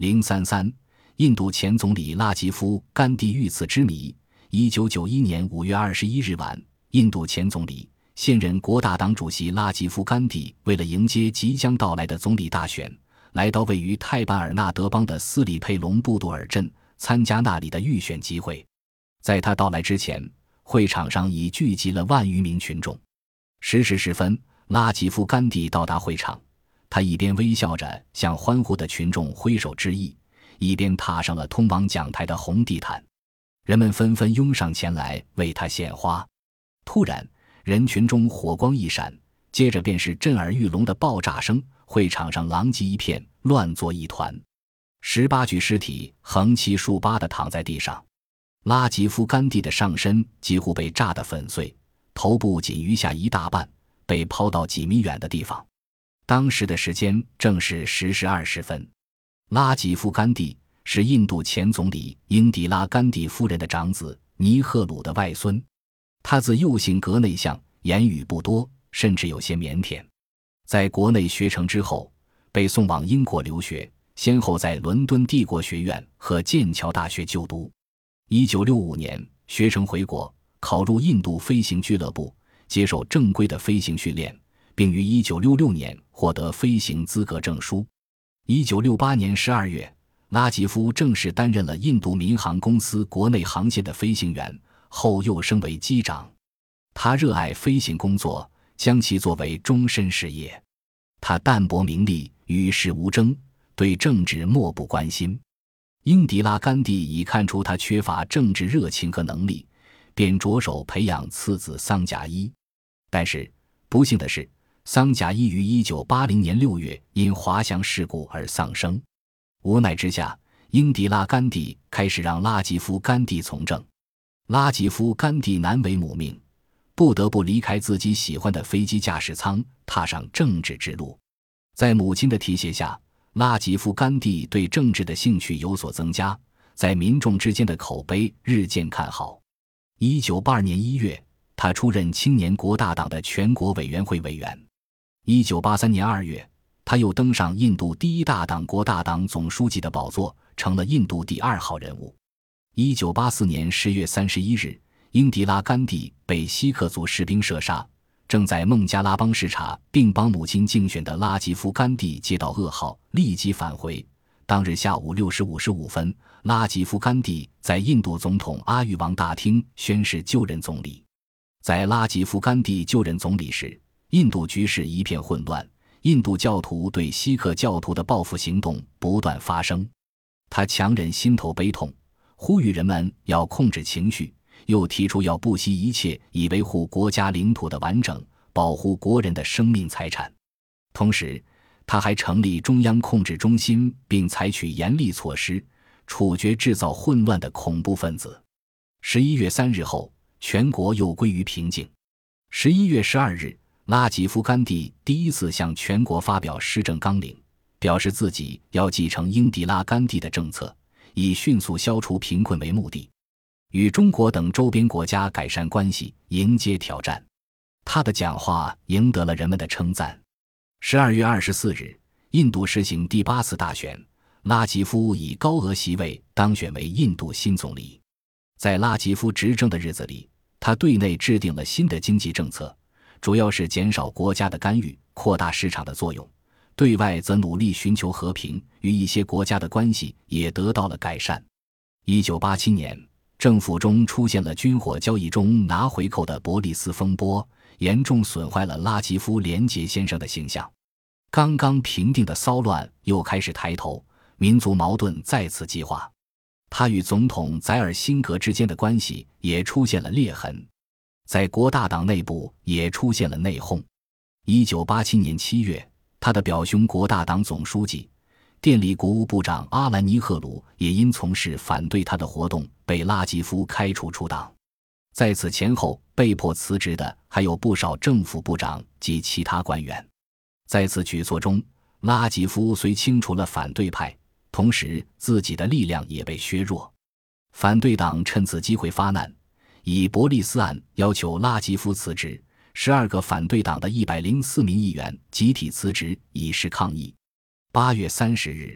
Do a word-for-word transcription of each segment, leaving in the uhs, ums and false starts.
零三三印度前总理拉吉夫·甘地遇刺之谜。一九九一年五月二十一日晚，印度前总理、现任国大党主席拉吉夫·甘地为了迎接即将到来的总理大选，来到位于泰巴尔纳德邦的斯里佩隆布杜尔镇，参加那里的预选集会。在他到来之前，会场上已聚集了万余名群众。十时时分，拉吉夫·甘地到达会场，他一边微笑着向欢呼的群众挥手致意，一边踏上了通往讲台的红地毯。人们纷纷拥上前来为他献花。突然，人群中火光一闪，接着便是震耳欲聋的爆炸声，会场上狼藉一片，乱作一团。十八具尸体横七竖八地躺在地上，拉吉夫·甘地的上身几乎被炸得粉碎，头部仅余下一大半，被抛到几米远的地方。当时的时间正是十时二十分。拉吉夫·甘地是印度前总理英迪拉·甘地夫人的长子尼赫鲁的外孙。他自幼性格内向，言语不多，甚至有些腼腆。在国内学成之后，被送往英国留学，先后在伦敦帝国学院和剑桥大学就读。一九六五年学成回国，考入印度飞行俱乐部，接受正规的飞行训练，并于一九六六年获得飞行资格证书。一九六八年十二月，拉吉夫正式担任了印度民航公司国内航线的飞行员，后又升为机长。他热爱飞行工作，将其作为终身事业。他淡泊名利，与世无争，对政治漠不关心。英迪拉·甘地已看出他缺乏政治热情和能力，便着手培养次子桑贾伊。但是不幸的是，桑贾伊于一九八零年六月因滑翔事故而丧生。无奈之下，英迪拉·甘地开始让拉吉夫·甘地从政。拉吉夫·甘地难为母命，不得不离开自己喜欢的飞机驾驶舱，踏上政治之路。在母亲的提携下，拉吉夫·甘地对政治的兴趣有所增加，在民众之间的口碑日渐看好。一九八二年一月，他出任青年国大党的全国委员会委员。一九八三年二月，他又登上印度第一大党国大党总书记的宝座，成了印度第二号人物。一九八四年十月三十一日，英迪拉·甘地被锡克族士兵射杀。正在孟加拉邦视察并帮母亲竞选的拉吉夫·甘地接到噩耗，立即返回。当日下午六时五十五分，拉吉夫·甘地在印度总统阿育王大厅宣誓就任总理。在拉吉夫·甘地就任总理时，印度局势一片混乱，印度教徒对锡克教徒的报复行动不断发生。他强忍心头悲痛，呼吁人们要控制情绪，又提出要不惜一切以维护国家领土的完整，保护国人的生命财产。同时，他还成立中央控制中心，并采取严厉措施，处决制造混乱的恐怖分子。十一月三日后，全国又归于平静。十一月十二日，拉吉夫·甘地第一次向全国发表施政纲领，表示自己要继承英迪拉·甘地的政策，以迅速消除贫困为目的，与中国等周边国家改善关系，迎接挑战。他的讲话赢得了人们的称赞。十二月二十四日，印度实行第八次大选，拉吉夫以高额席位当选为印度新总理。在拉吉夫执政的日子里，他对内制定了新的经济政策，主要是减少国家的干预，扩大市场的作用；对外则努力寻求和平，与一些国家的关系也得到了改善。一九八七年，政府中出现了军火交易中拿回扣的伯利斯风波，严重损坏了拉吉夫廉洁先生的形象。刚刚平定的骚乱又开始抬头，民族矛盾再次激化。他与总统宰尔辛格之间的关系也出现了裂痕，在国大党内部也出现了内讧。一九八七年七月，他的表兄国大党总书记、电力国务部长阿兰尼赫鲁也因从事反对他的活动被拉吉夫开除出党。在此前后被迫辞职的还有不少政府部长及其他官员。在此举措中，拉吉夫虽清除了反对派，同时自己的力量也被削弱。反对党趁此机会发难，以伯利斯案要求拉吉夫辞职，十二个反对党的一百零四名议员集体辞职以示抗议。八月三十日，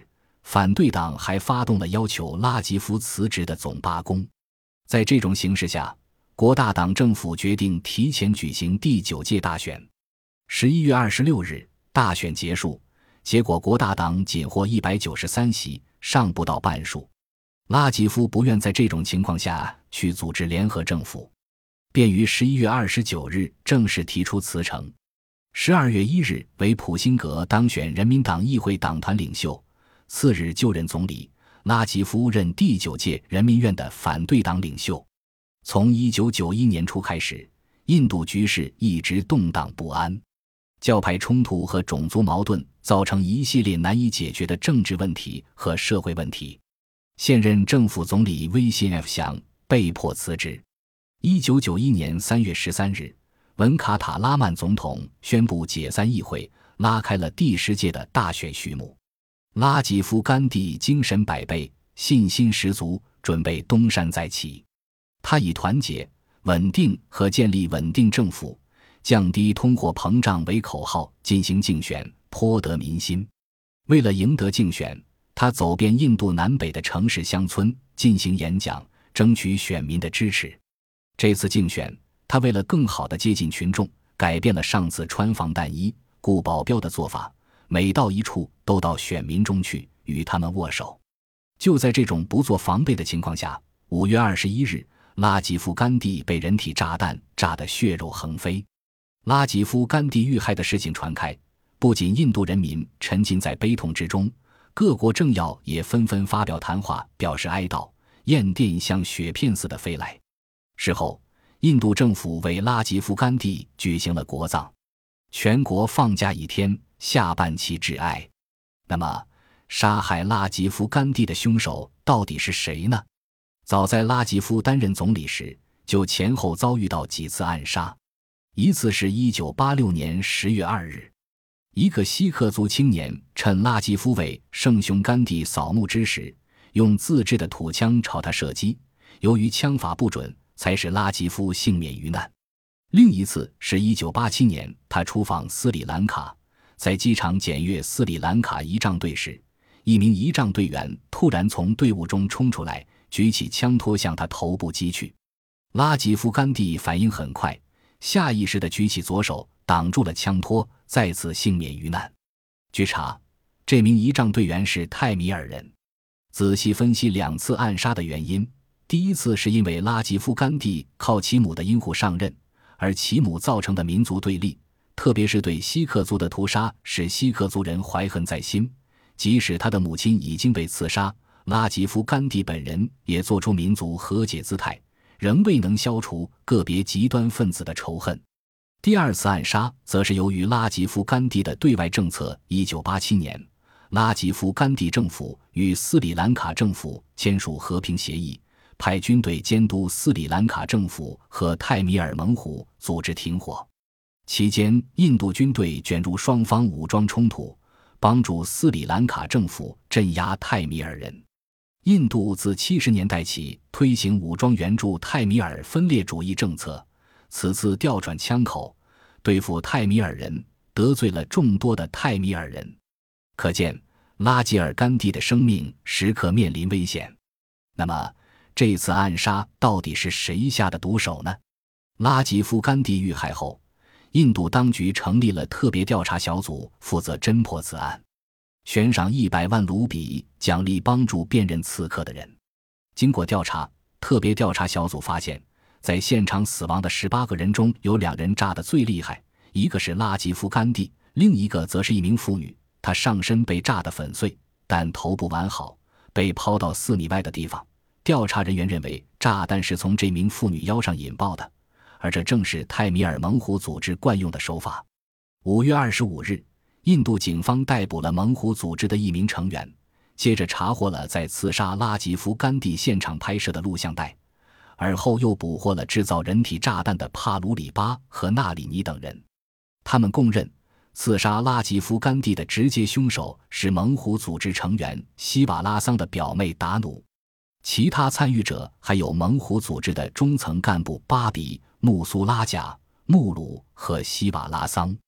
反对党还发动了要求拉吉夫辞职的总罢工。在这种形势下，国大党政府决定提前举行第九届大选。十一月二十六日，大选结束，结果国大党仅获一百九十三席，尚不到半数。拉吉夫不愿在这种情况下去组织联合政府，便于十一月二十九日正式提出辞呈。十二月一日为普辛格当选人民党议会党团领袖，次日就任总理。拉吉夫任第九届人民院的反对党领袖。从一九九一年初开始，印度局势一直动荡不安，教派冲突和种族矛盾造成一系列难以解决的政治问题和社会问题。现任政府总理威辛 F 祥被迫辞职。一九九一年三月十三日，文卡塔拉曼总统宣布解散议会，拉开了第十届的大选序幕。拉吉夫甘地精神百倍，信心十足，准备东山再起。他以团结、稳定和建立稳定政府、降低通货膨胀为口号进行竞选，颇得民心。为了赢得竞选，他走遍印度南北的城市乡村进行演讲，争取选民的支持。这次竞选，他为了更好地接近群众，改变了上次穿防弹衣、雇保镖的做法，每到一处都到选民中去，与他们握手。就在这种不做防备的情况下，五月二十一日，拉吉夫甘地被人体炸弹炸得血肉横飞。拉吉夫甘地遇害的事情传开，不仅印度人民沉浸在悲痛之中，各国政要也纷纷发表谈话表示哀悼，焰电像雪片似的飞来。事后，印度政府为拉吉夫甘地举行了国葬，全国放假一天，下半旗致哀。那么，杀害拉吉夫甘地的凶手到底是谁呢？早在拉吉夫担任总理时，就前后遭遇到几次暗杀。一次是一九八六年十月二日，一个锡克族青年趁拉吉夫为圣雄甘地扫墓之时，用自制的土枪朝他射击，由于枪法不准，才使拉吉夫幸免于难。另一次是一九八七年，他出访斯里兰卡，在机场检阅斯里兰卡仪仗队时，一名仪仗队员突然从队伍中冲出来，举起枪托向他头部击去。拉吉夫甘地反应很快，下意识地举起左手挡住了枪托，再次幸免于难。据查，这名仪仗队员是泰米尔人。仔细分析两次暗杀的原因，第一次是因为拉吉夫甘地靠其母的阴户上任，而其母造成的民族对立，特别是对锡克族的屠杀，使锡克族人怀恨在心。即使他的母亲已经被刺杀，拉吉夫甘地本人也做出民族和解姿态，仍未能消除个别极端分子的仇恨。第二次暗杀则是由于拉吉夫甘地的对外政策。一九八七年，拉吉夫甘地政府与斯里兰卡政府签署和平协议，派军队监督斯里兰卡政府和泰米尔猛虎组织停火。期间，印度军队卷入双方武装冲突，帮助斯里兰卡政府镇压泰米尔人。印度自七十年代起推行武装援助泰米尔分裂主义政策，此次调转枪口，对付泰米尔人，得罪了众多的泰米尔人。可见，拉吉尔甘地的生命时刻面临危险。那么，这次暗杀到底是谁下的毒手呢？拉吉夫甘地遇害后，印度当局成立了特别调查小组，负责侦破此案，悬赏一百万卢比奖励帮助辨认刺客的人。经过调查，特别调查小组发现，在现场死亡的十八个人中，有两人炸得最厉害，一个是拉吉夫甘地，另一个则是一名妇女。她上身被炸得粉碎，但头部完好，被抛到四米外的地方。调查人员认为炸弹是从这名妇女腰上引爆的，而这正是泰米尔猛虎组织惯用的手法。五月二十五日，印度警方逮捕了猛虎组织的一名成员，接着查获了在刺杀拉吉夫甘地现场拍摄的录像带，而后又捕获了制造人体炸弹的帕鲁里巴和纳里尼等人。他们供认，刺杀拉吉夫甘地的直接凶手是猛虎组织成员希瓦拉桑的表妹达努。其他参与者还有猛虎组织的中层干部巴比、穆苏拉贾、穆鲁和希瓦拉桑。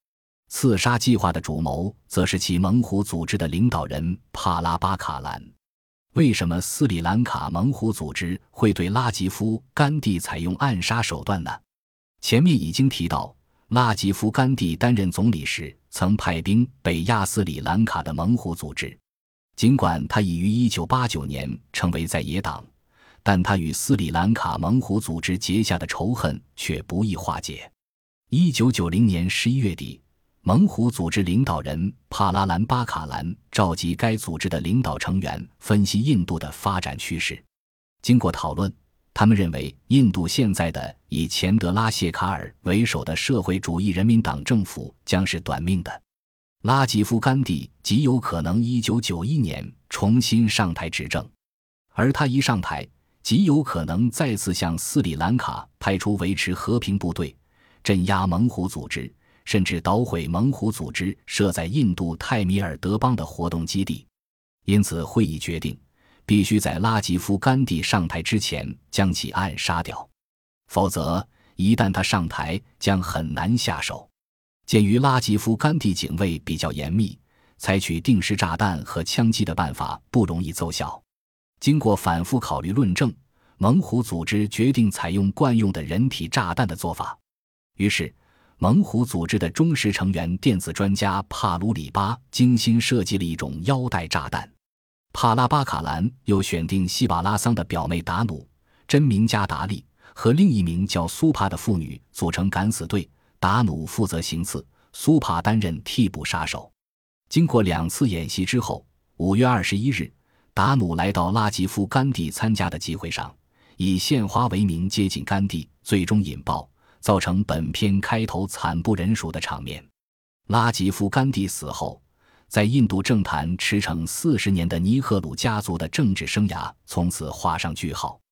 刺杀计划的主谋则是其猛虎组织的领导人帕拉巴卡兰。为什么斯里兰卡猛虎组织会对拉吉夫·甘地采用暗杀手段呢？前面已经提到，拉吉夫·甘地担任总理时曾派兵北亚斯里兰卡的猛虎组织。尽管他已于一九八九年成为在野党，但他与斯里兰卡猛虎组织结下的仇恨却不易化解。一九九零年十一月底，猛虎组织领导人帕拉兰巴卡兰召集该组织的领导成员，分析印度的发展趋势。经过讨论，他们认为印度现在的以钱德拉谢卡尔为首的社会主义人民党政府将是短命的。拉吉夫·甘地极有可能一九九一年重新上台执政，而他一上台，极有可能再次向斯里兰卡派出维持和平部队，镇压猛虎组织，甚至捣毁猛虎组织设在印度泰米尔德邦的活动基地。因此会议决定，必须在拉吉夫·甘地上台之前将其暗杀掉，否则一旦他上台将很难下手。鉴于拉吉夫·甘地警卫比较严密，采取定时炸弹和枪击的办法不容易奏效。经过反复考虑论证，猛虎组织决定采用惯用的人体炸弹的做法。于是猛虎组织的忠实成员电子专家帕鲁里巴精心设计了一种腰带炸弹。帕拉巴卡兰又选定西瓦拉桑的表妹达努，真名加达利，和另一名叫苏帕的妇女组成敢死队，达努负责行刺，苏帕担任替补杀手。经过两次演习之后，五月二十一日，达努来到拉吉夫·甘地参加的集会上，以献花为名接近甘地，最终引爆，造成本片开头惨不忍睹的场面。拉吉夫·甘地死后，在印度政坛驰骋四十年的尼赫鲁家族的政治生涯从此画上句号。